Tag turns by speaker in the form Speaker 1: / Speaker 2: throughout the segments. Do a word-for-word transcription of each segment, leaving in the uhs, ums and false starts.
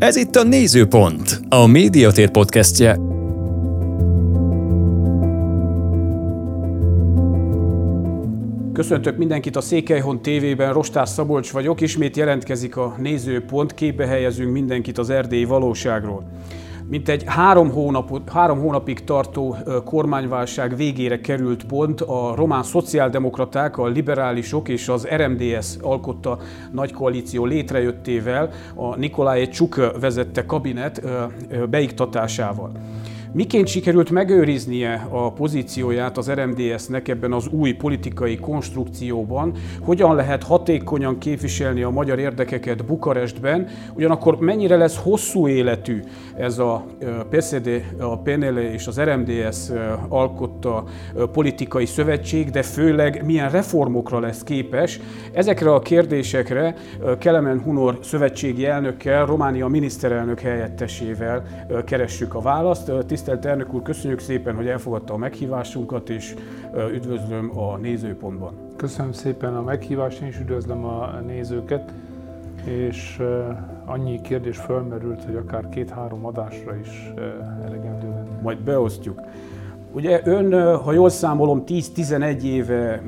Speaker 1: Ez itt a Nézőpont, a Médiatér podcastje.
Speaker 2: Köszöntök mindenkit a Székelyhon té vében, Rostás Szabolcs vagyok, ismét jelentkezik a Nézőpont, képbe helyezünk mindenkit az erdélyi valóságról. Mintegy három, hónap, három hónapig tartó kormányválság végére került pont, a román szociáldemokraták, a liberálisok és az er em dé es alkotta nagy koalíció létrejöttével, a Nicolae Ciucă vezette kabinet beiktatásával. Miként sikerült megőriznie a pozícióját az er em dé esnek ebben az új politikai konstrukcióban, hogyan lehet hatékonyan képviselni a magyar érdekeket Bukarestben, ugyanakkor mennyire lesz hosszú életű ez a pé es dé, a pé en el és az er em dé es alkotta politikai szövetség, de főleg milyen reformokra lesz képes. Ezekre a kérdésekre Kelemen Hunor szövetségi elnökkel, Románia miniszterelnök helyettesével keressük a választ. Tisztelt elnök úr, köszönjük szépen, hogy elfogadta a meghívásunkat, és üdvözlöm a Nézőpontban.
Speaker 3: Köszönöm szépen a meghívást, én is üdvözlöm a nézőket, és annyi kérdés felmerült, hogy akár két-három adásra is elegendő lenne.
Speaker 2: Majd beosztjuk. Ugye ön, ha jól számolom, tíz-tizenegy éve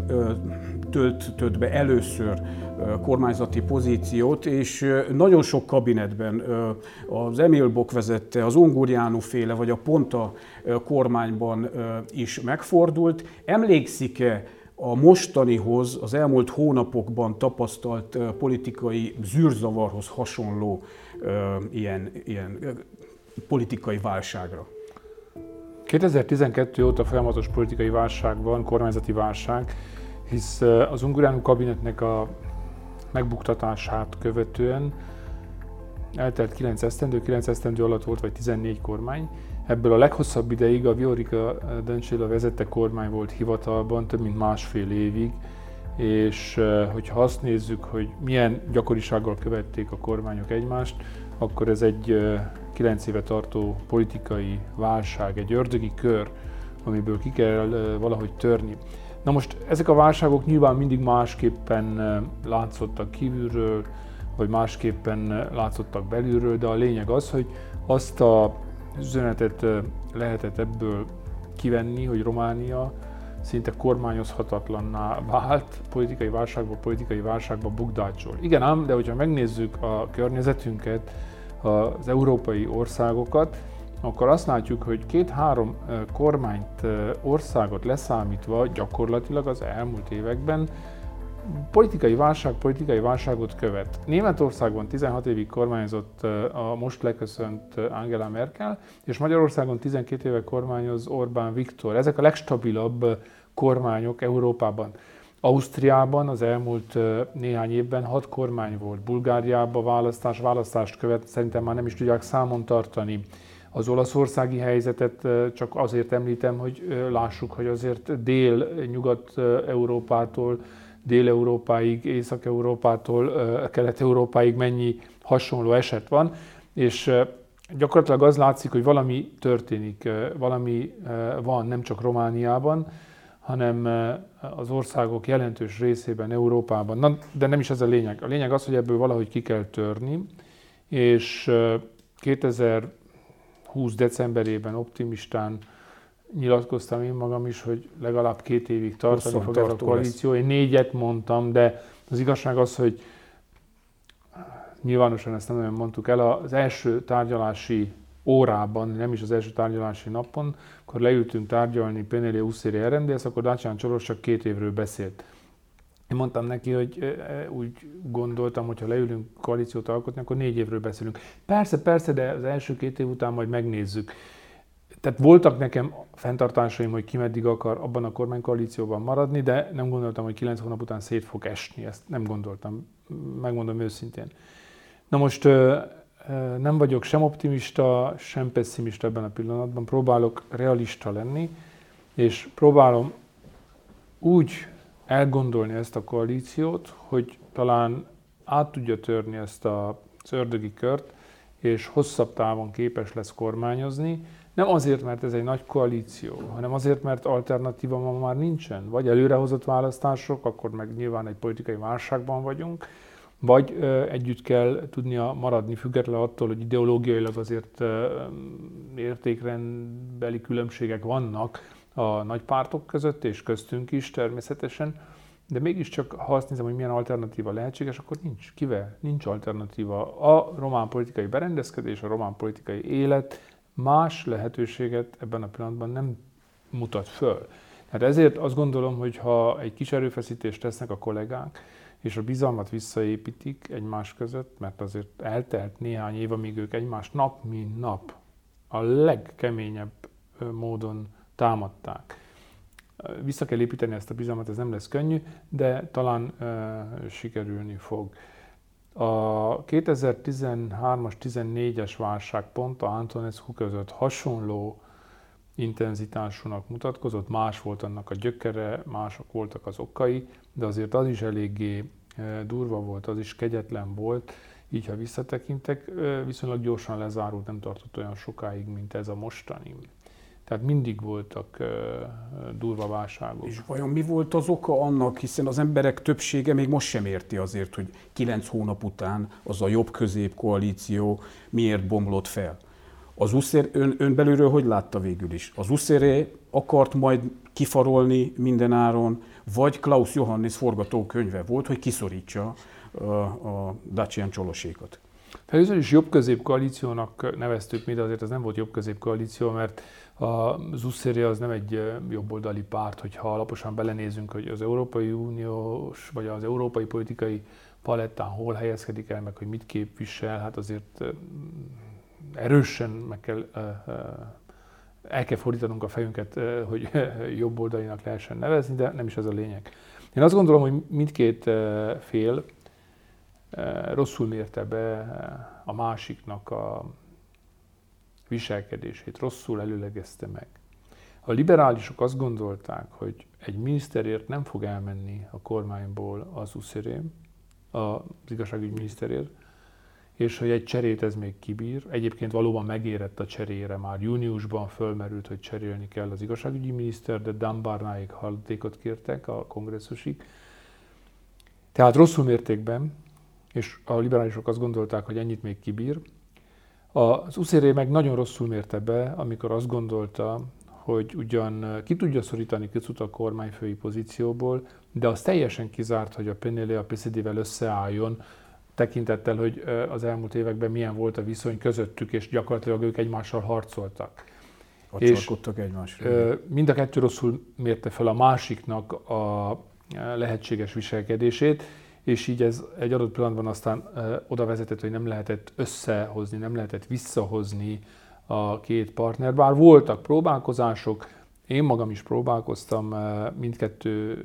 Speaker 2: töltött be először kormányzati pozíciót, és nagyon sok kabinetben az Emil Boc vezette, az Ungurjánu féle vagy a Ponta kormányban is megfordult. Emlékszik-e a mostanihoz, az elmúlt hónapokban tapasztalt politikai zűrzavarhoz hasonló ilyen, ilyen politikai válságra?
Speaker 3: kétezer-tizenkettő óta folyamatos politikai válság van, kormányzati válság, hisz az Ungurjánu kabinetnek a megbuktatását követően eltelt kilenc esztendő, kilenc esztendő alatt volt vagy tizennégy kormány. Ebből a leghosszabb ideig a Viorica Dăncilă vezette kormány volt hivatalban, több mint másfél évig, és hogyha azt nézzük, hogy milyen gyakorisággal követték a kormányok egymást, akkor ez egy kilenc éve tartó politikai válság, egy ördögi kör, amiből ki kell valahogy törni. Na most ezek a válságok nyilván mindig másképpen látszottak kívülről, vagy másképpen látszottak belülről, de a lényeg az, hogy azt az üzenetet lehetett ebből kivenni, hogy Románia szinte kormányozhatatlanná vált, politikai válságból politikai válságba bukdácsol. Igen ám, de hogyha megnézzük a környezetünket, az európai országokat, akkor azt látjuk, hogy két-három kormányt, országot leszámítva gyakorlatilag az elmúlt években politikai válság, politikai válságot követ. Németországban tizenhat évig kormányzott a most leköszönt Angela Merkel, és Magyarországon tizenkét éve kormányoz Orbán Viktor. Ezek a legstabilabb kormányok Európában. Ausztriában az elmúlt néhány évben hat kormány volt. Bulgáriában választás, választást követ, szerintem már nem is tudják számon tartani. Az olaszországi helyzetet csak azért említem, hogy lássuk, hogy azért Dél-Nyugat-Európától, Dél-Európáig, Észak-Európától, Kelet-Európáig mennyi hasonló eset van, és gyakorlatilag az látszik, hogy valami történik, valami van nem csak Romániában, hanem az országok jelentős részében Európában. Na, de nem is ez a lényeg. A lényeg az, hogy ebből valahogy ki kell törni, és kétezer-húsz decemberében optimistán nyilatkoztam én magam is, hogy legalább két évig tartani fog ez a koalíció. Lesz. Én négyet mondtam, de az igazság az, hogy nyilvánosan ezt nem nagyon mondtuk el, az első tárgyalási órában, nem is az első tárgyalási napon, akkor leültünk tárgyalni Penelé Uszéri er em dé es, akkor Dacian Csoros csak két évről beszélt. Én mondtam neki, hogy úgy gondoltam, hogy ha leülünk koalíciót alkotni, akkor négy évről beszélünk. Persze, persze, de az első két év után majd megnézzük. Tehát voltak nekem fenntartásaim, hogy ki meddig akar abban a kormánykoalícióban maradni, de nem gondoltam, hogy kilenc hónap után szét fog esni. Ezt nem gondoltam, megmondom őszintén. Na most nem vagyok sem optimista, sem pesszimista ebben a pillanatban. Próbálok realista lenni, és próbálom úgy elgondolni ezt a koalíciót, hogy talán át tudja törni ezt az ördögi kört, és hosszabb távon képes lesz kormányozni. Nem azért, mert ez egy nagy koalíció, hanem azért, mert alternatíva ma már nincsen. Vagy előrehozott választások, akkor meg nyilván egy politikai válságban vagyunk, vagy együtt kell tudnia maradni, független attól, hogy ideológiailag azért értékrendbeli különbségek vannak a nagy pártok között, és köztünk is természetesen, de mégiscsak, ha azt nézem, hogy milyen alternatíva lehetséges, akkor nincs. Kivel? Nincs alternatíva. A román politikai berendezkedés, a román politikai élet más lehetőséget ebben a pillanatban nem mutat föl. Hát ezért azt gondolom, hogy ha egy kis erőfeszítést tesznek a kollégák, és a bizalmat visszaépítik egymás között, mert azért eltelt néhány év, amíg ők egymást nap, mint nap a legkeményebb módon támadták. Vissza kell építeni ezt a bizalmat, ez nem lesz könnyű, de talán uh, sikerülni fog. A kétezer-tizenhármas tizennégyes válság pont a Antonescu között hasonló intenzitásúnak mutatkozott, más volt annak a gyökere, mások voltak az okai, de azért az is eléggé durva volt, az is kegyetlen volt, így ha visszatekintek, viszonylag gyorsan lezárult, nem tartott olyan sokáig, mint ez a mostani. Tehát mindig voltak uh, durva válságok.
Speaker 2: És vajon mi volt az oka annak, hiszen az emberek többsége még most sem érti azért, hogy kilenc hónap után az a jobb-közép koalíció miért bomlott fel? Az USZR, ön, ön belülről hogy látta végül is? Az USZR akart majd kifarolni mindenáron, vagy Klaus Johannis forgatókönyve volt, hogy kiszorítsa a, a Dacian Csolosékat?
Speaker 3: Először is jobb-közép koalíciónak neveztük mi, de azért ez nem volt jobb-közép koalíció, mert az USZR az nem egy jobboldali párt, hogyha alaposan belenézünk, hogy az Európai Uniós vagy az európai politikai palettán hol helyezkedik el, meg hogy mit képvisel, hát azért erősen meg kell, el kell fordítanunk a fejünket, hogy jobboldalinak lehessen nevezni, de nem is ez a lényeg. Én azt gondolom, hogy mindkét fél rosszul mérte be a másiknak a viselkedését, rosszul előlegezte meg. A liberálisok azt gondolták, hogy egy miniszterért nem fog elmenni a kormányból az USZR, az igazságügyi miniszterért, és hogy egy cserét ez még kibír. Egyébként valóban megérett a cserére, már júniusban fölmerült, hogy cserélni kell az igazságügyi miniszter, de Dan Barnáék halatékot kértek a kongresszusig. Tehát rosszul mértékben, és a liberálisok azt gondolták, hogy ennyit még kibír. Az USZR meg nagyon rosszul mérte be, amikor azt gondolta, hogy ugyan ki tudja szorítani Kicut a kormányfői pozícióból, de az teljesen kizárt, hogy a P N L a P S D-vel összeálljon, tekintettel, hogy az elmúlt években milyen volt a viszony közöttük, és gyakorlatilag ők egymással harcoltak.
Speaker 2: Harcolkodtak egymásra.
Speaker 3: Mind a kettő rosszul mérte fel a másiknak a lehetséges viselkedését, és így ez egy adott pillanatban aztán oda vezetett, hogy nem lehetett összehozni, nem lehetett visszahozni a két partner. Bár voltak próbálkozások, én magam is próbálkoztam mindkettő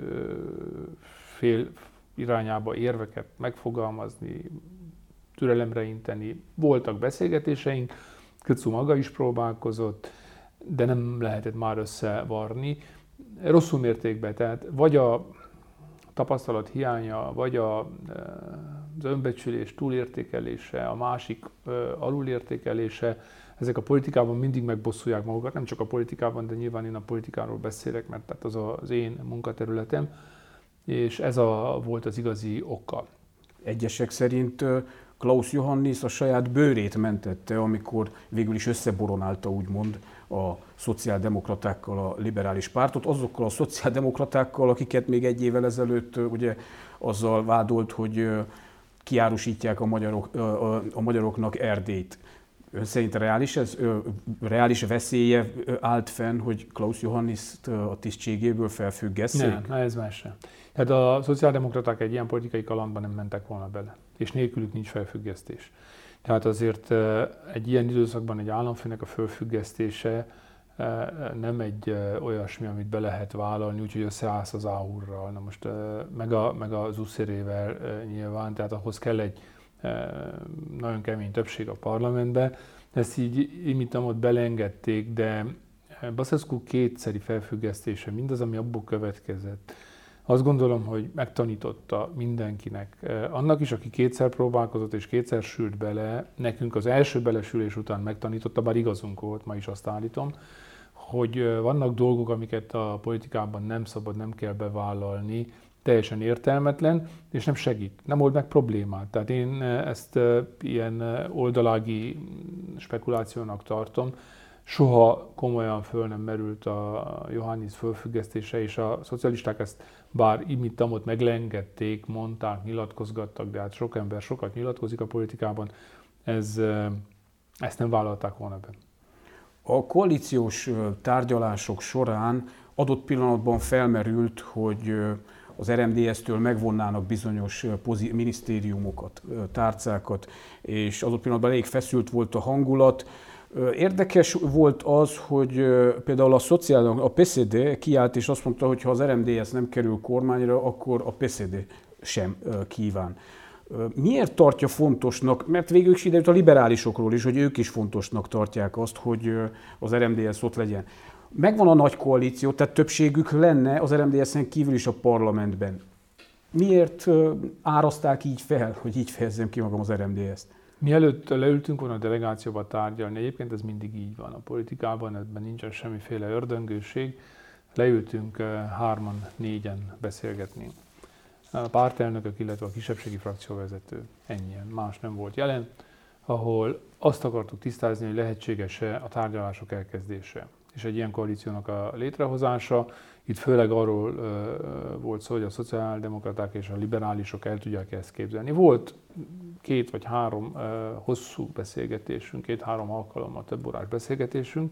Speaker 3: fél irányába érveket megfogalmazni, türelemre inteni. Voltak beszélgetéseink, Kicu maga is próbálkozott, de nem lehetett már összevarni. Rosszul mértékben, tehát vagy a tapasztalat hiánya, vagy a, az önbecsülés túlértékelése, a másik alulértékelése, ezek a politikában mindig megbosszulják magukat, nem csak a politikában, de nyilván én a politikáról beszélek, mert tehát az az én munkaterületem, és ez a, volt az igazi oka.
Speaker 2: Egyesek szerint Klaus Johannis a saját bőrét mentette, amikor végül is összeboronálta, úgymond, a szociáldemokratákkal a liberális pártot, azokkal a szociáldemokratákkal, akiket még egy évvel ezelőtt ugye azzal vádolt, hogy kiárusítják a, magyarok, a magyaroknak Erdélyt. Ön szerint reális, ez, reális veszélye állt fenn, hogy Klaus Johannist a tisztségéből felfüggesszék?
Speaker 3: Nem, ez más sem. Hát a szociáldemokraták egy ilyen politikai kalandban nem mentek volna bele, és nélkülük nincs felfüggesztés. Tehát azért egy ilyen időszakban egy államfőnek a felfüggesztése nem egy olyasmi, amit be lehet vállalni, úgyhogy összeállsz az á u-rral, na most meg, a, meg az USZR-ével nyilván, tehát ahhoz kell egy nagyon kemény többség a parlamentben. Ezt így imitamot beleengedték, de Basescu kétszeri felfüggesztése, mindaz, ami abból következett, azt gondolom, hogy megtanította mindenkinek, annak is, aki kétszer próbálkozott és kétszer sült bele, nekünk az első belesülés után megtanította, bár igazunk volt, ma is azt állítom, hogy vannak dolgok, amiket a politikában nem szabad, nem kell bevállalni, teljesen értelmetlen, és nem segít, nem old meg problémát. Tehát én ezt ilyen oldalági spekulációnak tartom. Soha komolyan föl nem merült a Iohannis fölfüggesztése, és a szocialisták ezt bár imittamot meglengedték, mondták, nyilatkozgattak, de hát sok ember sokat nyilatkozik a politikában, ez, ezt nem vállalták volna be.
Speaker 2: A koalíciós tárgyalások során adott pillanatban felmerült, hogy az er em dé es-től megvonnának bizonyos minisztériumokat, tárcákat, és adott pillanatban elég feszült volt a hangulat. Érdekes volt az, hogy például a, szociál, a pé es zé dé kiállt és azt mondta, hogy ha az er em dé es nem kerül kormányra, akkor a pé es zé dé sem kíván. Miért tartja fontosnak, mert végül is kiderült a liberálisokról is, hogy ők is fontosnak tartják azt, hogy az er em dé es ott legyen. Megvan a nagy koalíció, tehát többségük lenne az er em dé es-en kívül is a parlamentben. Miért áraszták így fel, hogy így fejezzem ki magam az er em dé es-t?
Speaker 3: Mielőtt leültünk volna a delegációba tárgyalni, egyébként ez mindig így van a politikában, ebben nincsen semmiféle ördöngőség, leültünk hárman, négyen beszélgetni. A pártelnökök, illetve a kisebbségi frakcióvezető, ennyien, más nem volt jelen, ahol azt akartuk tisztázni, hogy lehetséges-e a tárgyalások elkezdése. És egy ilyen koalíciónak a létrehozása, itt főleg arról uh, volt szó, hogy a szociáldemokraták és a liberálisok el tudják ezt képzelni. Volt két vagy három uh, hosszú beszélgetésünk, két-három alkalommal több órás beszélgetésünk,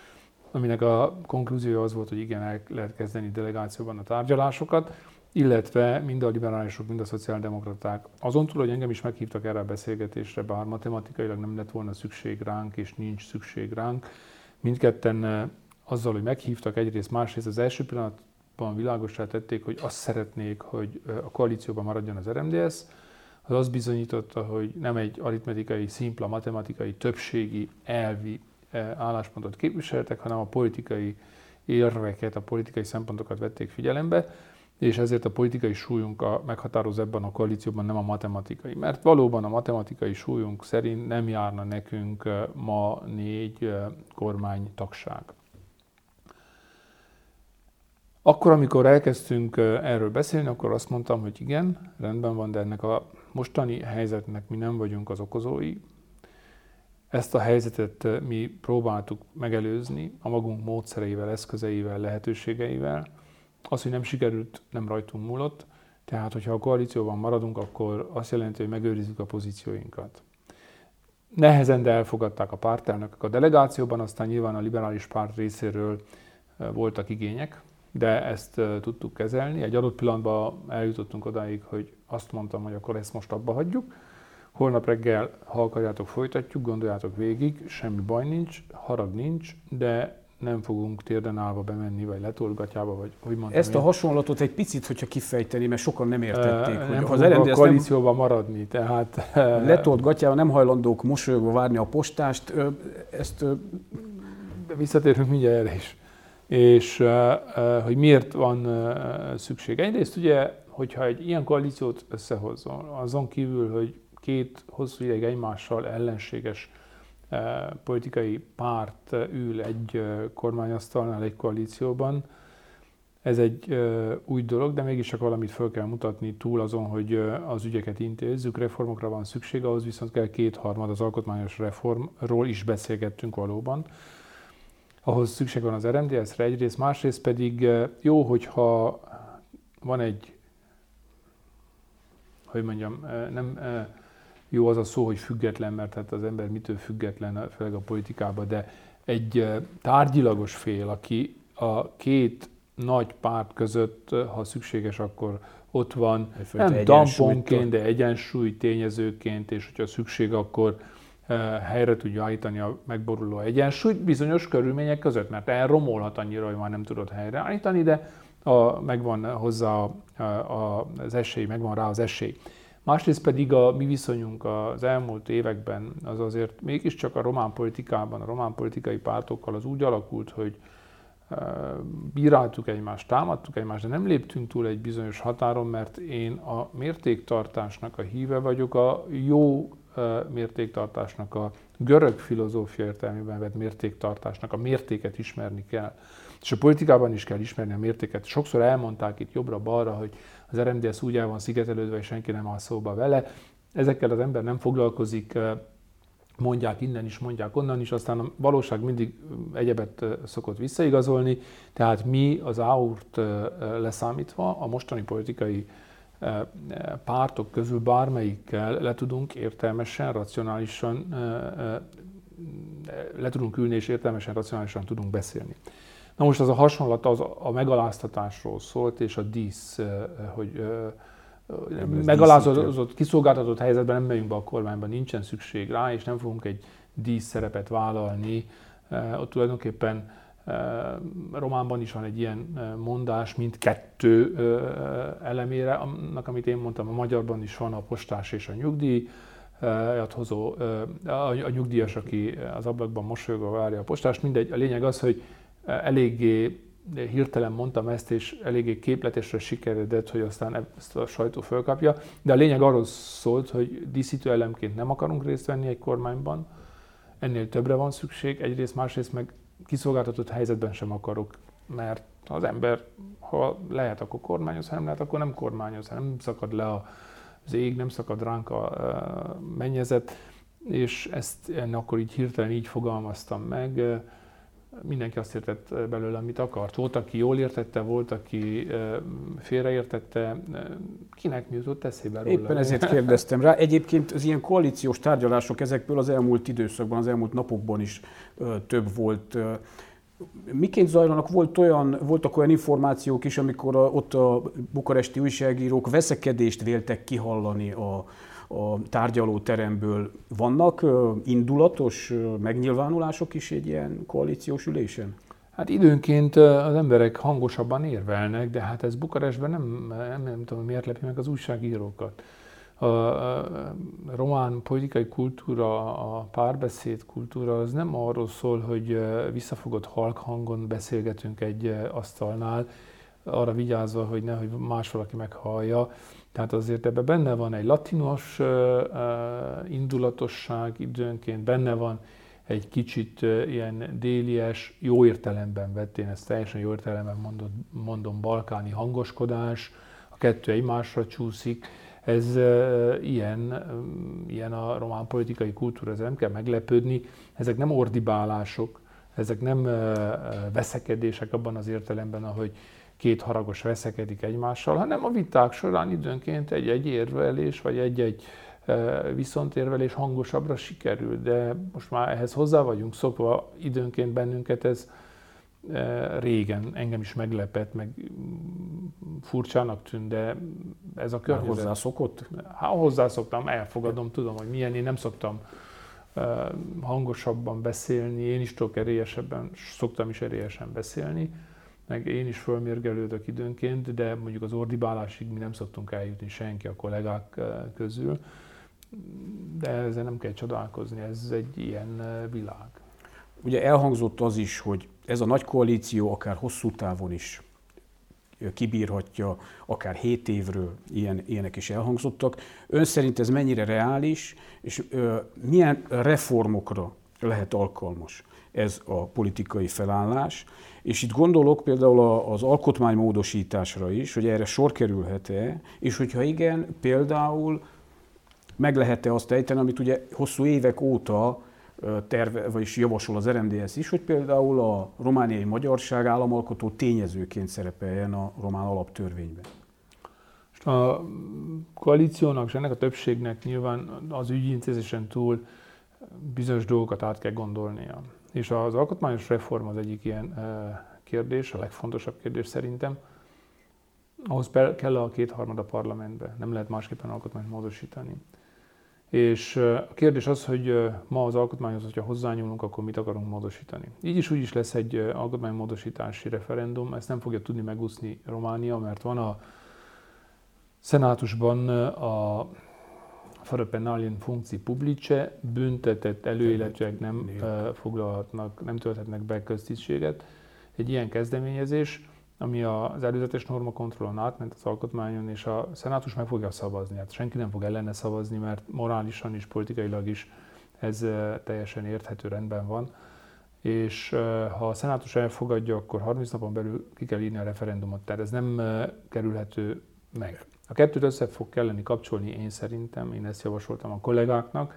Speaker 3: aminek a konklúziója az volt, hogy igen, el lehet kezdeni delegációban a tárgyalásokat, illetve mind a liberálisok, mind a szociáldemokraták. Azon túl, hogy engem is meghívtak erre a beszélgetésre, bár matematikailag nem lett volna szükség ránk, és nincs szükség ránk, mindketten azzal, hogy meghívtak egyrészt, másrészt az első pillanatban világossá tették, hogy azt szeretnék, hogy a koalícióban maradjon az er em dé es, az azt bizonyította, hogy nem egy aritmetikai, szimpla, matematikai, többségi, elvi álláspontot képviseltek, hanem a politikai érveket, a politikai szempontokat vették figyelembe, és ezért a politikai súlyunk a meghatározó ebben a koalícióban, nem a matematikai. Mert valóban a matematikai súlyunk szerint nem járna nekünk ma négy kormánytagság. Akkor, amikor elkezdtünk erről beszélni, akkor azt mondtam, hogy igen, rendben van, de ennek a mostani helyzetnek mi nem vagyunk az okozói. Ezt a helyzetet mi próbáltuk megelőzni a magunk módszereivel, eszközeivel, lehetőségeivel. Az, hogy nem sikerült, nem rajtunk múlott, tehát hogyha a koalícióban maradunk, akkor azt jelenti, hogy megőrizzük a pozícióinkat. Nehezen, de elfogadták a pártelnökök a delegációban, aztán nyilván a liberális párt részéről voltak igények, de ezt tudtuk kezelni. Egy adott pillanatban eljutottunk odáig, hogy azt mondtam, hogy akkor ezt most abba hagyjuk. Holnap reggel, ha akarjátok, folytatjuk, gondoljátok végig, semmi baj nincs, harag nincs, de nem fogunk térden állva bemenni, vagy letolt gatyába, vagy hogy mondtam.
Speaker 2: Ezt
Speaker 3: én.
Speaker 2: a hasonlatot egy picit, hogyha kifejteni, mert sokan nem értették,
Speaker 3: uh,
Speaker 2: hogy
Speaker 3: nem
Speaker 2: az er em dé es
Speaker 3: a koalícióban nem... maradni, tehát...
Speaker 2: letolt gatyába nem hajlandók mosolyogva várni a postást, ezt...
Speaker 3: De visszatérünk mindjárt erre is. És hogy miért van szükség. Egyrészt ugye, hogyha egy ilyen koalíciót összehozol, azon kívül, hogy két hosszú ideig egymással ellenséges politikai párt ül egy kormányasztalnál, egy koalícióban. Ez egy új dolog, de mégis csak valamit föl kell mutatni túl azon, hogy az ügyeket intézzük, reformokra van szükség, ahhoz viszont kell kétharmad, az alkotmányos reformról is beszélgettünk valóban. Ahhoz szükség van az er em dé es-re egyrészt, másrészt pedig jó, hogyha van egy, hogy mondjam, nem jó az a szó, hogy független, mert hát az ember mitől független, főleg a politikában, de egy tárgyilagos fél, aki a két nagy párt között, ha szükséges, akkor ott van, nem tamponként, de egyensúly tényezőként, és hogyha szükség, akkor helyre tudja állítani a megboruló egyensúlyt bizonyos körülmények között, mert elromolhat annyira, hogy már nem tudod helyreállítani, de a, megvan hozzá a, a, az esély, megvan rá az esély. Másrészt pedig a mi viszonyunk az elmúlt években az azért mégiscsak a román politikában, a román politikai pártokkal az úgy alakult, hogy bíráltuk egymást, támadtuk egymást, de nem léptünk túl egy bizonyos határon, mert én a mértéktartásnak a híve vagyok, a jó mértéktartásnak, a görög filozófia értelmében vett mértéktartásnak, a mértéket ismerni kell. És a politikában is kell ismerni a mértéket. Sokszor elmondták itt jobbra-balra, hogy az er em dé es úgy el van szigetelődve, és senki nem áll szóba vele. Ezekkel az ember nem foglalkozik, mondják innen is, mondják onnan is, aztán a valóság mindig egyebet szokott visszaigazolni, tehát mi az á u er-t leszámítva a mostani politikai pártok közül bármelyikkel le tudunk értelmesen, racionálisan, le tudunk ülni és értelmesen, racionálisan tudunk beszélni. Na most az a hasonlat az a megaláztatásról szólt, és a dísz, hogy megalázott, kiszolgáltatott helyzetben nem megyünk be a kormányba, nincsen szükség rá, és nem fogunk egy dísz szerepet vállalni. Ott tulajdonképpen Románban is van egy ilyen mondás, mindkettő elemére, annak, amit én mondtam, a magyarban is van a postás és a nyugdíj, hozó, a nyugdíjas, aki az ablakban mosolyogva várja a postást, mindegy. A lényeg az, hogy eléggé hirtelen mondtam ezt, és eléggé képletesre sikeredett, hogy aztán ezt a sajtó fölkapja, de a lényeg arról szólt, hogy díszítő elemként nem akarunk részt venni egy kormányban, ennél többre van szükség, egyrészt, másrészt meg kiszolgáltatott helyzetben sem akarok, mert az ember, ha lehet, akkor kormányoz, ha nem lehet, akkor nem kormányoz, nem szakad le az ég, nem szakad ránk a mennyezet, és ezt én akkor így hirtelen így fogalmaztam meg. Mindenki azt értett belőle, amit akart. Volt, aki jól értette, volt, aki félreértette. Kinek mi jutott eszébe róla?
Speaker 2: Éppen ezért kérdeztem rá. Egyébként az ilyen koalíciós tárgyalások ezekből az elmúlt időszakban, az elmúlt napokban is több volt. Miként zajlanak? Volt olyan, voltak olyan információk is, amikor a, ott a bukaresti újságírók veszekedést véltek kihallani a, a tárgyalóteremből. Vannak indulatos megnyilvánulások is egy ilyen koalíciós ülésen?
Speaker 3: Hát időnként az emberek hangosabban érvelnek, de hát ez Bukarestben nem, nem, nem tudom, miért lepi meg az újságírókat. A, a román politikai kultúra, a párbeszéd kultúra az nem arról szól, hogy visszafogott halk hangon beszélgetünk egy asztalnál, arra vigyázva, hogy nehogy más valaki meghallja. Tehát azért ebben benne van egy latinos uh, uh, indulatosság időnként, benne van egy kicsit uh, ilyen délies, jó értelemben vett, én ezt teljesen jó értelemben mondom, mondom balkáni hangoskodás, a kettő egymásra csúszik. Ez uh, ilyen, um, ilyen a román politikai kultúra, ezzel nem kell meglepődni. Ezek nem ordibálások, ezek nem uh, veszekedések abban az értelemben, ahogy két haragos veszekedik egymással, hanem a viták során időnként egy-egy érvelés, vagy egy-egy viszontérvelés hangosabbra sikerül, de most már ehhez hozzá vagyunk szokva, időnként bennünket ez régen engem is meglepett, meg furcsának tűnt, de ez a környezet...
Speaker 2: Hozzászokott?
Speaker 3: Hát hozzászoktam, elfogadom, tudom, hogy milyen, én nem szoktam hangosabban beszélni, én is tudok erélyesebben, szoktam is erélyesen beszélni, meg én is fölmérgelődök időnként, de mondjuk az ordibálásig mi nem szoktunk eljutni senki a kollégák közül, de ezzel nem kell csodálkozni, ez egy ilyen világ.
Speaker 2: Ugye elhangzott az is, hogy ez a nagy koalíció akár hosszú távon is kibírhatja, akár hét évről, ilyen, ilyenek is elhangzottak. Ön szerint ez mennyire reális, és ö, milyen reformokra lehet alkalmas ez a politikai felállás? És itt gondolok például az alkotmány módosításra is, hogy erre sor kerülhet-e, és hogyha igen, például meg lehet-e azt ejteni, amit ugye hosszú évek óta terve, vagyis javasol az er em dé es is, hogy például a romániai magyarság államalkotó tényezőként szerepeljen a román alaptörvényben.
Speaker 3: A koalíciónak és ennek a többségnek nyilván az ügyintézésen túl bizonyos dolgokat át kell gondolnia. És az alkotmányos reform az egyik ilyen kérdés, a legfontosabb kérdés szerintem. Ahhoz kell a kétharmad a parlamentbe, nem lehet másképpen alkotmányt módosítani. És a kérdés az, hogy ma az alkotmányhoz, hogyha hozzányúlunk, akkor mit akarunk módosítani. Így is úgy is lesz egy alkotmánymódosítási referendum, ezt nem fogja tudni megúszni Románia, mert van a szenátusban a fără penal in funcții publice, büntetett előéletűek nem foglalhatnak, nem tölthetnek be köztisztséget. Egy ilyen kezdeményezés, ami az előzetes normakontrollon átment az alkotmányon, és a szenátus meg fogja szavazni. Hát senki nem fog ellene szavazni, mert morálisan és politikailag is ez teljesen érthető, rendben van. És ha a szenátus elfogadja, akkor harminc napon belül ki kell írni a referendumot. Tehát ez nem kerülhető meg. A kettőt össze fog kelleni kapcsolni, én szerintem, én ezt javasoltam a kollégáknak,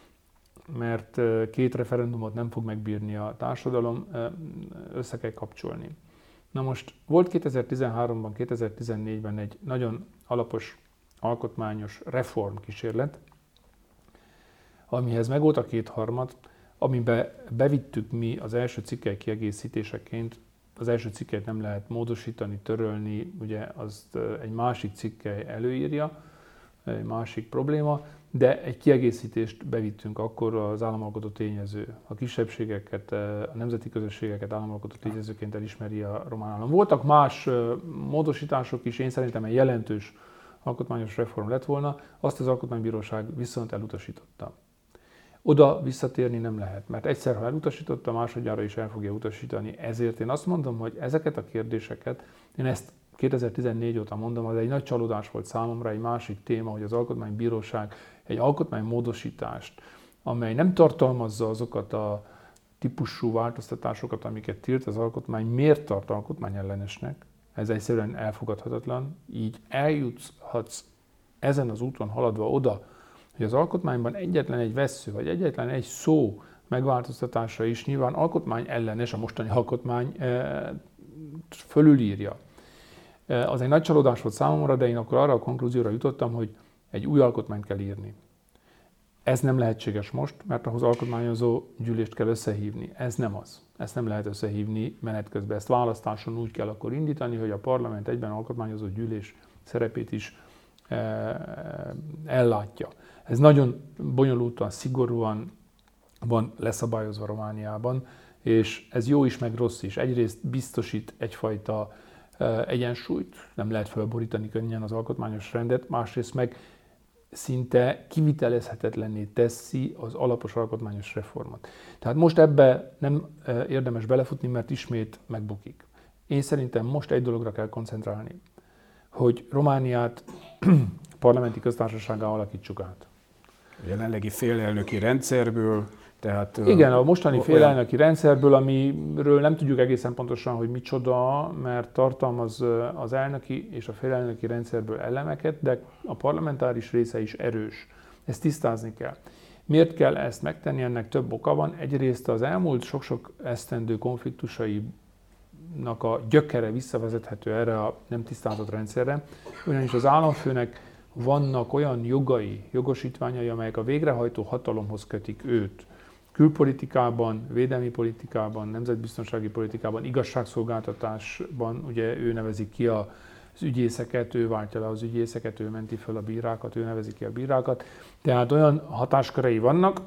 Speaker 3: mert két referendumot nem fog megbírni a társadalom, össze kell kapcsolni. Na most volt kétezer-tizenháromban, kétezer-tizennégyben egy nagyon alapos alkotmányos reformkísérlet, amihez meg volt a kétharmad, amiben bevittük mi az első cikkely kiegészítéseként. Az első cikket nem lehet módosítani, törölni, ugye azt egy másik cikkely előírja, egy másik probléma, de egy kiegészítést bevittünk akkor az államalkotó tényező. A kisebbségeket, a nemzeti közösségeket államalkotó tényezőként elismeri a román állam. Voltak más módosítások is, én szerintem egy jelentős alkotmányos reform lett volna, azt az alkotmánybíróság viszont elutasította. Oda visszatérni nem lehet, mert egyszer, ha elutasította, másodjára is el fogja utasítani. Ezért én azt mondom, hogy ezeket a kérdéseket, én ezt kétezer-tizennégy óta mondom, az egy nagy csalódás volt számomra, egy másik téma, hogy az Alkotmánybíróság egy alkotmánymódosítást, amely nem tartalmazza azokat a típusú változtatásokat, amiket tilt az alkotmány, miért tart alkotmányellenesnek? Ez egyszerűen elfogadhatatlan. Így eljuthatsz ezen az úton haladva oda, hogy az alkotmányban egyetlen egy vessző, vagy egyetlen egy szó megváltoztatása is nyilván alkotmány ellenes, a mostani alkotmány e, fölülírja. E, az egy nagy csalódás volt számomra, de én akkor arra a konklúzióra jutottam, hogy egy új alkotmányt kell írni. Ez nem lehetséges most, mert ahhoz alkotmányozó gyűlést kell összehívni. Ez nem az. Ezt nem lehet összehívni menet közben. Ezt választáson úgy kell akkor indítani, hogy a parlament egyben alkotmányozó gyűlés szerepét is e, ellátja. Ez nagyon bonyolultan, szigorúan van leszabályozva Romániában, és ez jó is, meg rossz is. Egyrészt biztosít egyfajta egyensúlyt, nem lehet felborítani könnyen az alkotmányos rendet, másrészt meg szinte kivitelezhetetlenné teszi az alapos alkotmányos reformot. Tehát most ebbe nem érdemes belefutni, mert ismét megbukik. Én szerintem most egy dologra kell koncentrálni, hogy Romániát parlamenti köztársasággá alakítsuk át.
Speaker 2: A jelenlegi félelnöki rendszerből, tehát...
Speaker 3: Igen, a mostani félelnöki rendszerből, amiről nem tudjuk egészen pontosan, hogy micsoda, mert tartalmaz az elnöki és a félelnöki rendszerből elemeket, de a parlamentáris része is erős. Ezt tisztázni kell. Miért kell ezt megtenni? Ennek több oka van. Egyrészt az elmúlt sok-sok esztendő konfliktusainak a gyökere visszavezethető erre a nem tisztázott rendszerre, ugyanis az államfőnek vannak olyan jogai, jogosítványai, amelyek a végrehajtó hatalomhoz kötik őt. Külpolitikában, védelmi politikában, nemzetbiztonsági politikában, igazságszolgáltatásban, ugye ő nevezi ki az ügyészeket, ő váltja le az ügyészeket, ő menti fel a bírákat, ő nevezi ki a bírákat. Tehát olyan hatáskörei vannak,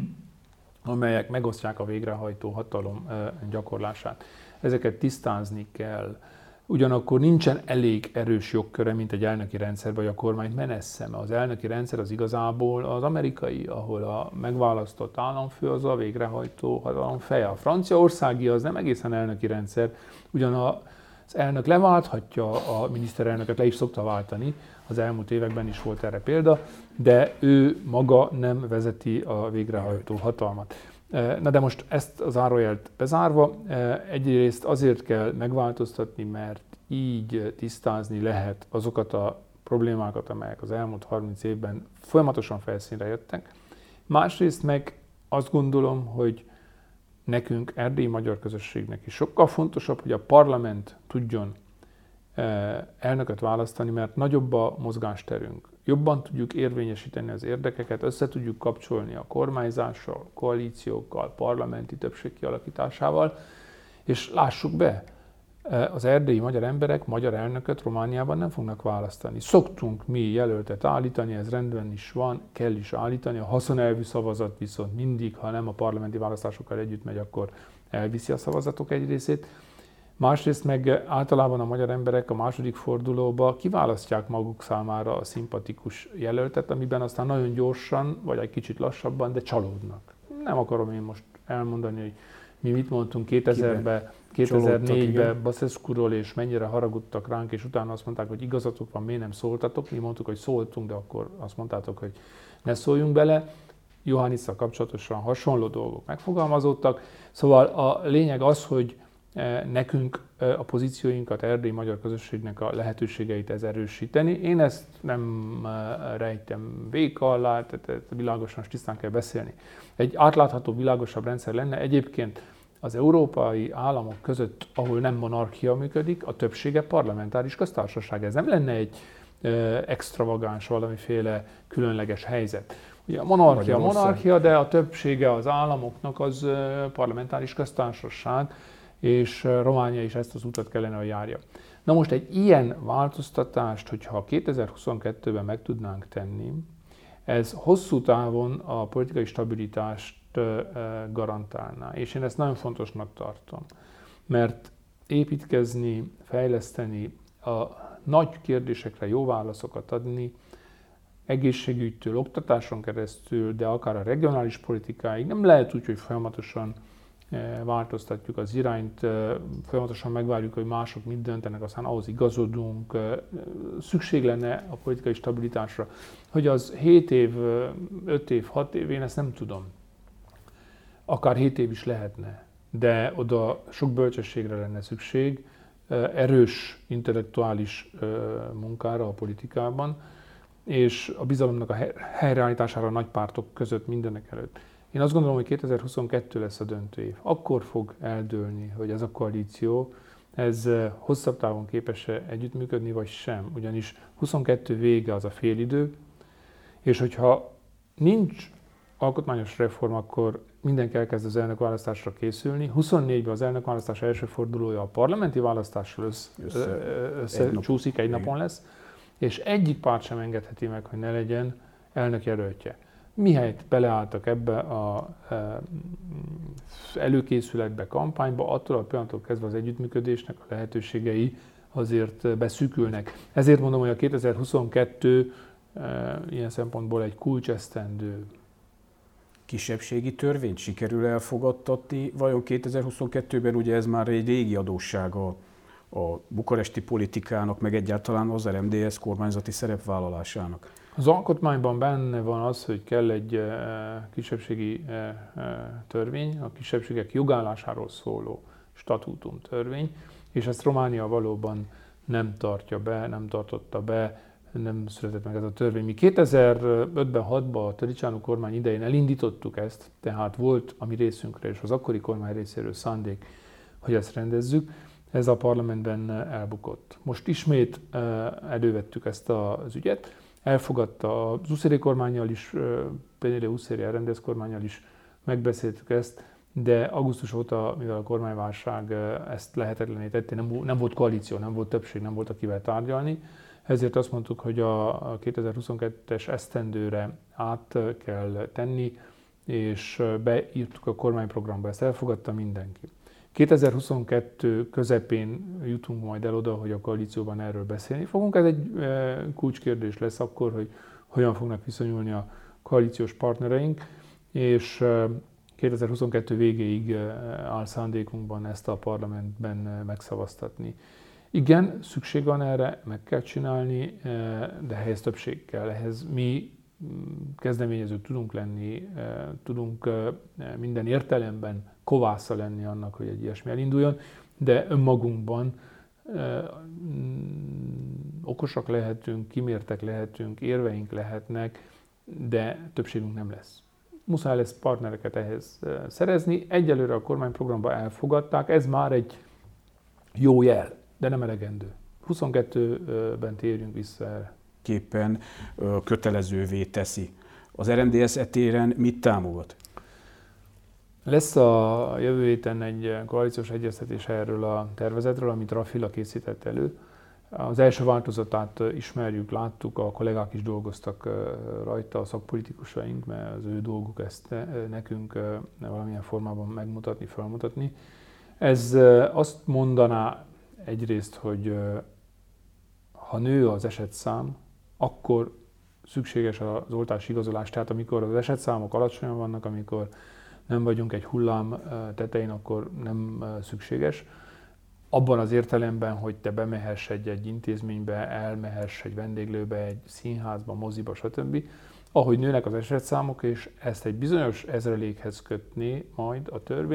Speaker 3: amelyek megosztják a végrehajtó hatalom gyakorlását. Ezeket tisztázni kell. Ugyanakkor nincsen elég erős jogköre, mint egy elnöki rendszerben, hogy a kormányt menessze. Az elnöki rendszer az igazából az amerikai, ahol a megválasztott államfő az a végrehajtó hatalom feje. A franciaországi az nem egészen elnöki rendszer, ugyan az elnök leválthatja a miniszterelnököt, le is szokta váltani, az elmúlt években is volt erre példa, de ő maga nem vezeti a végrehajtó hatalmat. Na de most ezt az zárójelt bezárva, egyrészt azért kell megváltoztatni, mert így tisztázni lehet azokat a problémákat, amelyek az elmúlt harminc évben folyamatosan felszínre jöttek. Másrészt meg azt gondolom, hogy nekünk, erdélyi magyar közösségnek is sokkal fontosabb, hogy a parlament tudjon elnököt választani, mert nagyobb a mozgásterünk. Jobban tudjuk érvényesíteni az érdekeket, össze tudjuk kapcsolni a kormányzással, koalíciókkal, parlamenti többség kialakításával, és lássuk be, az erdélyi magyar emberek magyar elnököt Romániában nem fognak választani. Szoktunk mi jelöltet állítani, ez rendben is van, kell is állítani, a haszonelvű szavazat viszont mindig, ha nem a parlamenti választásokkal együtt megy, akkor elviszi a szavazatok egy részét. Másrészt meg általában a magyar emberek a második fordulóba kiválasztják maguk számára a szimpatikus jelöltet, amiben aztán nagyon gyorsan, vagy egy kicsit lassabban, de csalódnak. Nem akarom én most elmondani, hogy mi mit mondtunk kétezerben, kétezer-négyben Basescuról, és mennyire haragudtak ránk, és utána azt mondták, hogy igazatok van, miért nem szóltatok. Mi mondtuk, hogy szóltunk, de akkor azt mondtátok, hogy ne szóljunk bele. Johannissal kapcsolatosan hasonló dolgok megfogalmazódtak. Szóval a lényeg az, hogy nekünk a pozícióinkat, erdélyi magyar közösségnek a lehetőségeit ez erősíteni. Én ezt nem rejtem véka alá, tehát világosan és tisztán kell beszélni. Egy átlátható, világosabb rendszer lenne. Egyébként az európai államok között, ahol nem monarchia működik, a többsége parlamentáris köztársaság. Ez nem lenne egy extravagáns, valamiféle különleges helyzet. Ugye a monarchia, monarchia, de a többsége az államoknak az parlamentáris köztársaság, és Románia is ezt az utat kellene, hogy járja. Na most egy ilyen változtatást, hogyha kétezer-huszonkettőben meg tudnánk tenni, ez hosszú távon a politikai stabilitást garantálná, és én ezt nagyon fontosnak tartom, mert építkezni, fejleszteni, a nagy kérdésekre jó válaszokat adni, egészségügytől, oktatáson keresztül, de akár a regionális politikáig nem lehet úgy, hogy folyamatosan változtatjuk az irányt, folyamatosan megvárjuk, hogy mások mit döntenek, aztán ahhoz igazodunk. Szükség lenne a politikai stabilitásra. Hogy az hét év, öt év, hat év, én ezt nem tudom. Akár hét év is lehetne, de oda sok bölcsességre lenne szükség, erős intellektuális munkára a politikában, és a bizalomnak a helyreállítására a nagy pártok között mindenek előtt. Én azt gondolom, hogy kétezer-huszonkettő lesz a döntő év. Akkor fog eldőlni, hogy ez a koalíció, ez hosszabb távon képes-e együttműködni, vagy sem. Ugyanis huszonkettő vége az a félidő, és hogyha nincs alkotmányos reform, akkor mindenki elkezd az elnökválasztásra készülni. huszonnégyben az elnökválasztás első fordulója a parlamenti választással összecsúszik, egy, egy napon lesz, és egyik párt sem engedheti meg, hogy ne legyen elnökjelöltje. Mihelyt beleálltak ebbe a előkészületbe, kampányba, attól a pillanattól kezdve az együttműködésnek a lehetőségei azért beszűkülnek. Ezért mondom, hogy a kétezer-huszonkettő ilyen szempontból egy kulcsesztendő.
Speaker 2: Kisebbségi törvényt sikerül elfogadtatni? Vajon kétezer-huszonkettőben ugye ez már egy régi adóssága a bukaresti politikának, meg egyáltalán az er em dé es kormányzati szerepvállalásának?
Speaker 3: Az alkotmányban benne van az, hogy kell egy kisebbségi törvény, a kisebbségek jogállásáról szóló statútum törvény, és ezt Románia valóban nem tartja be, nem tartotta be, nem született meg ez a törvény. Mi kétezer-ötben, hatban a Tăriceanu kormány idején elindítottuk ezt, tehát volt a mi részünkre és az akkori kormány részéről szándék, hogy ezt rendezzük. Ez a parlamentben elbukott. Most ismét elővettük ezt az ügyet, elfogadta az Uszéri kormánnyal is, Penele Uszéri elrendez kormánnyal is megbeszéltük ezt, de augusztus óta, mivel a kormányválság ezt lehetetlené tette, nem, nem volt koalíció, nem volt többség, nem volt akivel tárgyalni, ezért azt mondtuk, hogy a kétezer-huszonkettes esztendőre át kell tenni, és beírtuk a kormányprogramba, ezt elfogadta mindenki. kétezer-huszonkettő közepén jutunk majd el oda, hogy a koalícióban erről beszélni fogunk. Ez egy kulcskérdés lesz akkor, hogy hogyan fognak viszonyulni a koalíciós partnereink, és kétezer-huszonkettő végéig áll szándékunkban ezt a parlamentben megszavaztatni. Igen, szükség van erre, meg kell csinálni, de ehhez többség kell. Ehhez mi kezdeményezők tudunk lenni, tudunk minden értelemben kovásza lenni annak, hogy egy ilyesmi elinduljon, de önmagunkban okosak lehetünk, kimértek lehetünk, érveink lehetnek, de többségünk nem lesz. Muszáj lesz partnereket ehhez szerezni. Egyelőre a kormányprogramba elfogadták, ez már egy jó jel, de nem elegendő. huszonkettőben térjünk vissza erre.
Speaker 2: Képpen kötelezővé teszi. Az er em dé es etéren mit támogat?
Speaker 3: Lesz a jövő héten egy koalíciós egyeztetés erről a tervezetről, amit Rafila készített elő. Az első változatát ismerjük, láttuk, a kollégák is dolgoztak rajta, a szakpolitikusaink, mert az ő dolguk ezt nekünk valamilyen formában megmutatni, felmutatni. Ez azt mondaná egyrészt, hogy ha nő az esetszám, akkor szükséges az oltási igazolás. Tehát amikor az esetszámok alacsonyan vannak, amikor nem vagyunk egy hullám tetején, akkor nem szükséges. Abban az értelemben, hogy te bemehess egy, egy intézménybe, elmehess egy vendéglőbe, egy színházba, moziba, stb. Ahogy nőnek az esetszámok, és ezt egy bizonyos ezrelékhez kötni majd a törvény,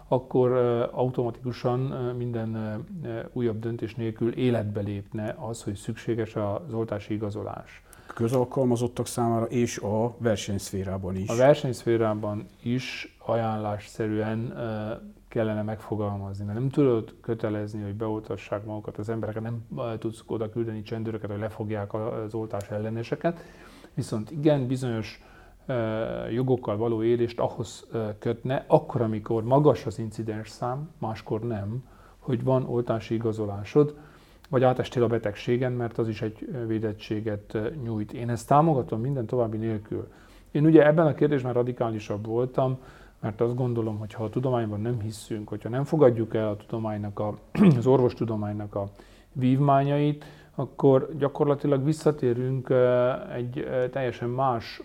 Speaker 3: akkor automatikusan minden újabb döntés nélkül életbe lépne az, hogy szükséges az oltási igazolás.
Speaker 2: Közalkalmazottak számára és a versenyszférában is.
Speaker 3: A versenyszférában is ajánlásszerűen kellene megfogalmazni, mert nem tudod kötelezni, hogy beoltassák magukat az embereket, nem tudsz oda küldeni csendőröket, hogy lefogják az oltás elleneseket, viszont igen, bizonyos jogokkal való élést ahhoz kötne, akkor, amikor magas az incidens szám, máskor nem, hogy van oltási igazolásod, vagy átestél a betegségen, mert az is egy védettséget nyújt. Én ezt támogatom minden további nélkül. Én ugye ebben a kérdésben radikálisabb voltam, mert azt gondolom, hogy ha a tudományban nem hiszünk, hogyha nem fogadjuk el a tudománynak a, az orvostudománynak a vívmányait, akkor gyakorlatilag visszatérünk egy teljesen más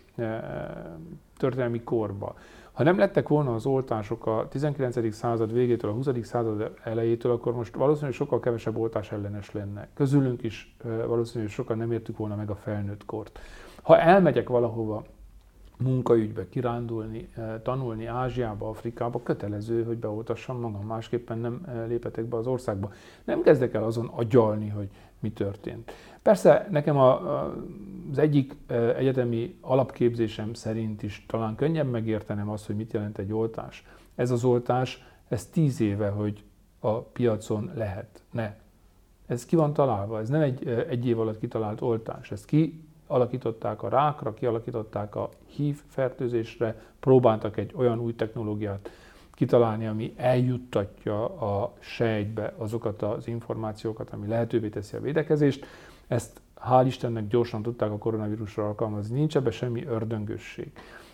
Speaker 3: történelmi korba. Ha nem lettek volna az oltások a tizenkilencedik század végétől, a huszadik század elejétől, akkor most valószínűleg sokkal kevesebb oltás ellenes lenne. Közülünk is valószínűleg sokan nem értük volna meg a felnőtt kort. Ha elmegyek valahova munkaügybe, kirándulni, tanulni Ázsiába, Afrikába, kötelező, hogy beoltassam magam, másképpen nem léphetek be az országba. Nem kezdek el azon agyalni, hogy mi történt. Persze nekem a, az egyik egyetemi alapképzésem szerint is talán könnyebb megértenem azt, hogy mit jelent egy oltás. Ez az oltás, ez tíz éve, hogy a piacon lehet. Ne. Ez ki van találva, ez nem egy egy év alatt kitalált oltás. Ezt kialakították a rákra, kialakították a hív fertőzésre, próbáltak egy olyan új technológiát kitalálni, ami eljuttatja a sejtbe azokat az információkat, ami lehetővé teszi a védekezést. Ezt hál' Istennek gyorsan tudták a koronavírusra alkalmazni, nincs ebben semmi ördöngösség.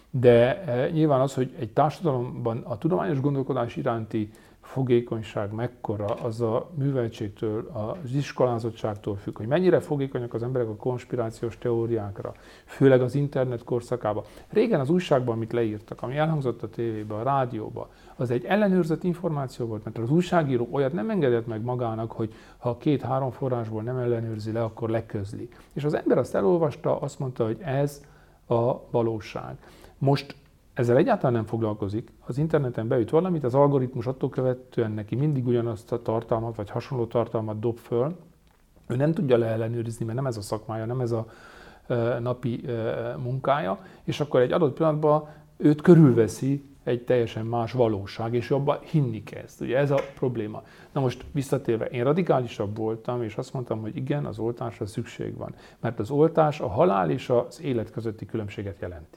Speaker 3: De e, nyilván az, hogy egy társadalomban a tudományos gondolkodás iránti fogékonyság mekkora, az a műveltségtől, az iskolázottságtól függ, hogy mennyire fogékonyak az emberek a konspirációs teóriákra, főleg az internet korszakában. Régen az újságban, amit leírtak, ami elhangzott a tévében, a rádióban, az egy ellenőrzött információ volt, mert az újságíró olyat nem engedett meg magának, hogy ha két-három forrásból nem ellenőrzi le, akkor leközli. És az ember azt elolvasta, azt mondta, hogy ez a valóság. Most ezzel egyáltalán nem foglalkozik, az interneten beüt valamit, az algoritmus attól követően neki mindig ugyanazt a tartalmat, vagy hasonló tartalmat dob föl. Ő nem tudja leellenőrizni, mert nem ez a szakmája, nem ez a e, napi e, munkája, és akkor egy adott pillanatban őt körülveszi egy teljesen más valóság, és abban hinni kezd. Ugye ez a probléma. Na most visszatérve, én radikálisabb voltam, és azt mondtam, hogy igen, az oltásra szükség van. Mert az oltás a halál és az élet közötti különbséget jelenti.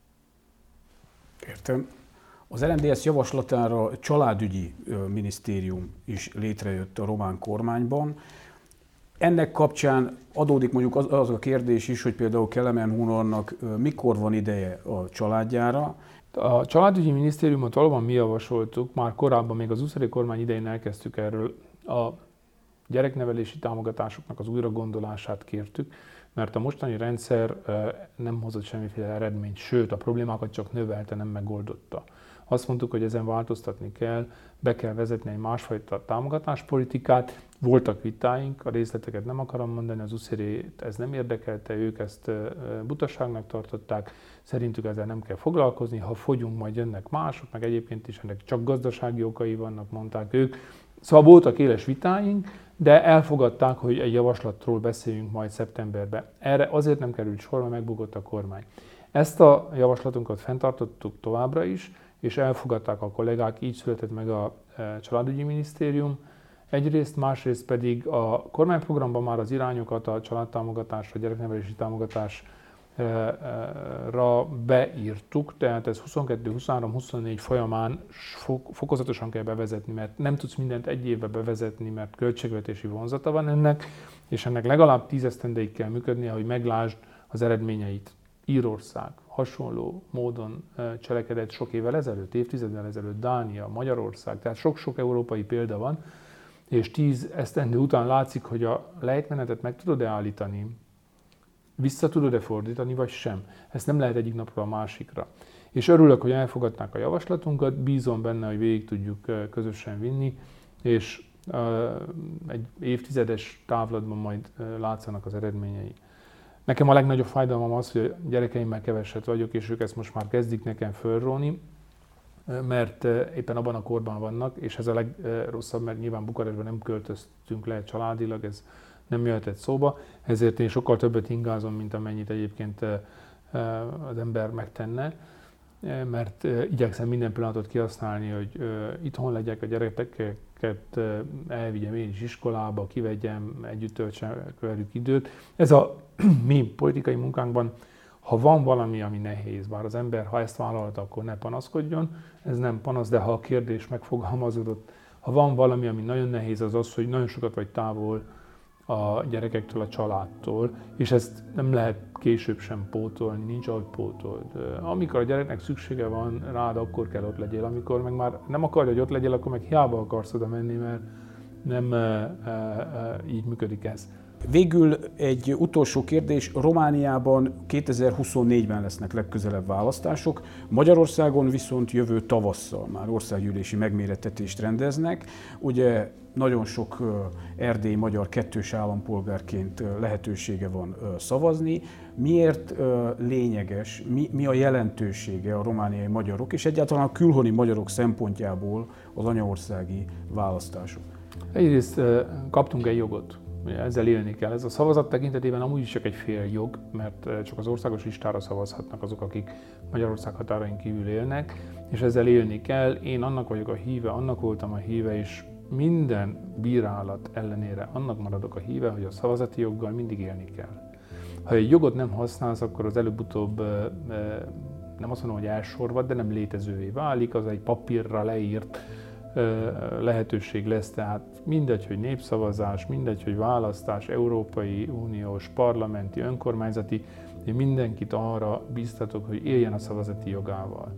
Speaker 2: Értem. Az er en dé es javaslatára családügyi minisztérium is létrejött a román kormányban. Ennek kapcsán adódik mondjuk az, az a kérdés is, hogy például Kelemen Hunnornak mikor van ideje a családjára.
Speaker 3: A családügyi minisztériumot valóban mi javasoltuk, már korábban, még az Uszari kormány idején elkezdtük erről, a gyereknevelési támogatásoknak az újragondolását kértük, mert a mostani rendszer nem hozott semmiféle eredményt, sőt a problémákat csak növelte, nem megoldotta. Azt mondtuk, hogy ezen változtatni kell, be kell vezetni egy másfajta támogatáspolitikát. Voltak vitáink, a részleteket nem akarom mondani, az Uszirét ez nem érdekelte, ők ezt butaságnak tartották, szerintük ezzel nem kell foglalkozni, ha fogyunk, majd jönnek mások, meg egyébként is ennek csak gazdasági okai vannak, mondták ők. Szóval voltak éles vitáink, de elfogadták, hogy egy javaslatról beszéljünk majd szeptemberben. Erre azért nem került sor, mert megbukott a kormány. Ezt a javaslatunkat fenntartottuk továbbra is, és elfogadták a kollégák, így született meg a családügyi minisztérium. Egyrészt, másrészt pedig a kormányprogramban már az irányokat a családtámogatásra, gyereknevelési támogatásra beírtuk, tehát ez huszonkettő, huszonhárom, huszonnégy folyamán fokozatosan kell bevezetni, mert nem tudsz mindent egy évbe bevezetni, mert költségvetési vonzata van ennek, és ennek legalább tíz esztendeig kell működnie, hogy meglásd az eredményeit. Írország hasonló módon cselekedett sok évvel ezelőtt, évtizeddel ezelőtt, Dánia, Magyarország, tehát sok-sok európai példa van, és tíz esztendő után látszik, hogy a lejtmenetet meg tudod-e állítani, vissza tudod-e fordítani, vagy sem. Ezt nem lehet egyik napról a másikra. És örülök, hogy elfogadták a javaslatunkat, bízom benne, hogy végig tudjuk közösen vinni, és egy évtizedes távlatban majd látszanak az eredményei. Nekem a legnagyobb fájdalmam az, hogy a gyerekeimmel keveset vagyok, és ők ezt most már kezdik nekem fölróni. mert éppen abban a korban vannak, és ez a legrosszabb, mert nyilván Bukarestben nem költöztünk le családilag, ez nem jöhetett szóba, ezért én sokkal többet ingázom, mint amennyit egyébként az ember megtenne, mert igyekszem minden pillanatot kihasználni, hogy itthon legyek, a gyerekeket elvigyem én is iskolába, kivegyem, együtt töltsem velük időt. Ez a mi politikai munkánkban, ha van valami, ami nehéz, bár az ember, ha ezt vállalta, akkor ne panaszkodjon, ez nem panasz, de ha a kérdés megfogalmazódott, ha van valami, ami nagyon nehéz, az az, hogy nagyon sokat vagy távol a gyerekektől, a családtól, és ezt nem lehet később sem pótolni, nincs ahogy pótold. Amikor a gyereknek szüksége van rád, akkor kell ott legyél, amikor meg már nem akarja, hogy ott legyél, akkor meg hiába akarsz oda menni, mert nem e, e, e, így működik ez.
Speaker 2: Végül egy utolsó kérdés. Romániában kétezer-huszonnégyben lesznek legközelebb választások, Magyarországon viszont jövő tavasszal már országgyűlési megmérettetést rendeznek. Ugye nagyon sok erdélyi magyar kettős állampolgárként lehetősége van szavazni. Miért lényeges, mi, mi a jelentősége a romániai magyarok és egyáltalán a külhoni magyarok szempontjából az anyaországi választások?
Speaker 3: Egyrészt kaptunk egy jogot. Ezzel élni kell. Ez a szavazat tekintetében amúgy is csak egy fél jog, mert csak az országos listára szavazhatnak azok, akik Magyarország határain kívül élnek, és ezzel élni kell. Én annak vagyok a híve, annak voltam a híve, és minden bírálat ellenére annak maradok a híve, hogy a szavazati joggal mindig élni kell. Ha egy jogot nem használsz, akkor az előbb-utóbb nem azt mondom, hogy elsorvad, de nem létezővé válik, az egy papírra leírt lehetőség lesz, tehát mindegy, hogy népszavazás, mindegy, hogy választás, Európai Uniós, parlamenti, önkormányzati, én mindenkit arra bíztatok, hogy éljen a szavazati jogával.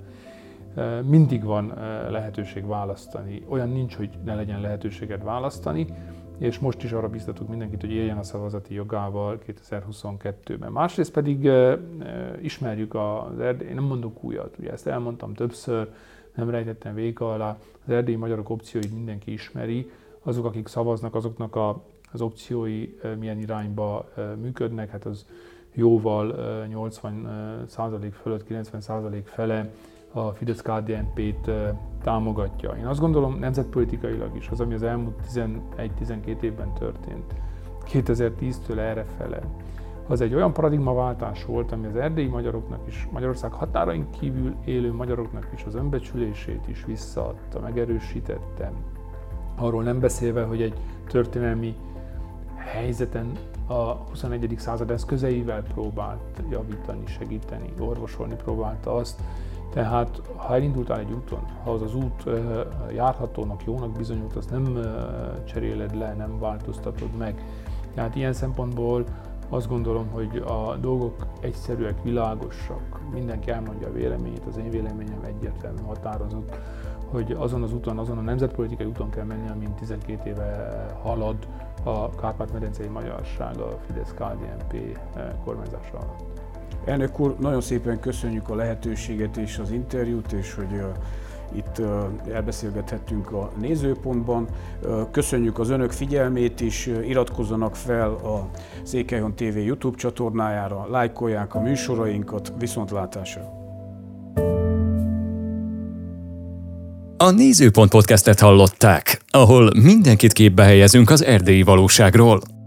Speaker 3: Mindig van lehetőség választani, olyan nincs, hogy ne legyen lehetőséged választani, és most is arra bíztatok mindenkit, hogy éljen a szavazati jogával kétezer-huszonkettőben. Másrészt pedig ismerjük az erdély, én nem mondok újat, ugye ezt elmondtam többször, nem rejtettem véka alá, az erdélyi magyarok opcióit mindenki ismeri, azok, akik szavaznak, azoknak a, az opciói milyen irányba működnek, hát az jóval nyolcvan százalék fölött, kilencven százalék fele a Fidesz-ká dé en pét támogatja. Én azt gondolom, nemzetpolitikailag is, az, ami az elmúlt tizenegy-tizenkét évben történt, kétezer-tíztől errefele, az egy olyan paradigmaváltás volt, ami az erdélyi magyaroknak is, Magyarország határain kívül élő magyaroknak is az önbecsülését is visszaadta, megerősítette. Arról nem beszélve, hogy egy történelmi helyzeten a huszonegyedik század eszközeivel próbált javítani, segíteni, orvosolni próbálta azt. Tehát ha elindultál egy úton, ha az az út járhatónak, jónak bizonyult, azt nem cseréled le, nem változtatod meg. Tehát ilyen szempontból azt gondolom, hogy a dolgok egyszerűek, világosak, mindenki elmondja a véleményét, az én véleményem egyértelmű, határozott, hogy azon az úton, azon a nemzetpolitikai úton kell menni, amin tizenkét éve halad a Kárpát-medencei magyarság a Fidesz-ká dé en pé kormányzása alatt.
Speaker 2: Elnök úr, nagyon szépen köszönjük a lehetőséget és az interjút, és hogy uh, itt uh, elbeszélgethettünk a Nézőpontban. Uh, köszönjük az önök figyelmét is, uh, iratkozzanak fel a Székelyhon té vé YouTube csatornájára, lájkolják a műsorainkat, viszontlátásra!
Speaker 1: A Nézőpont podcastet hallották, ahol mindenkit képbe helyezünk az erdélyi valóságról.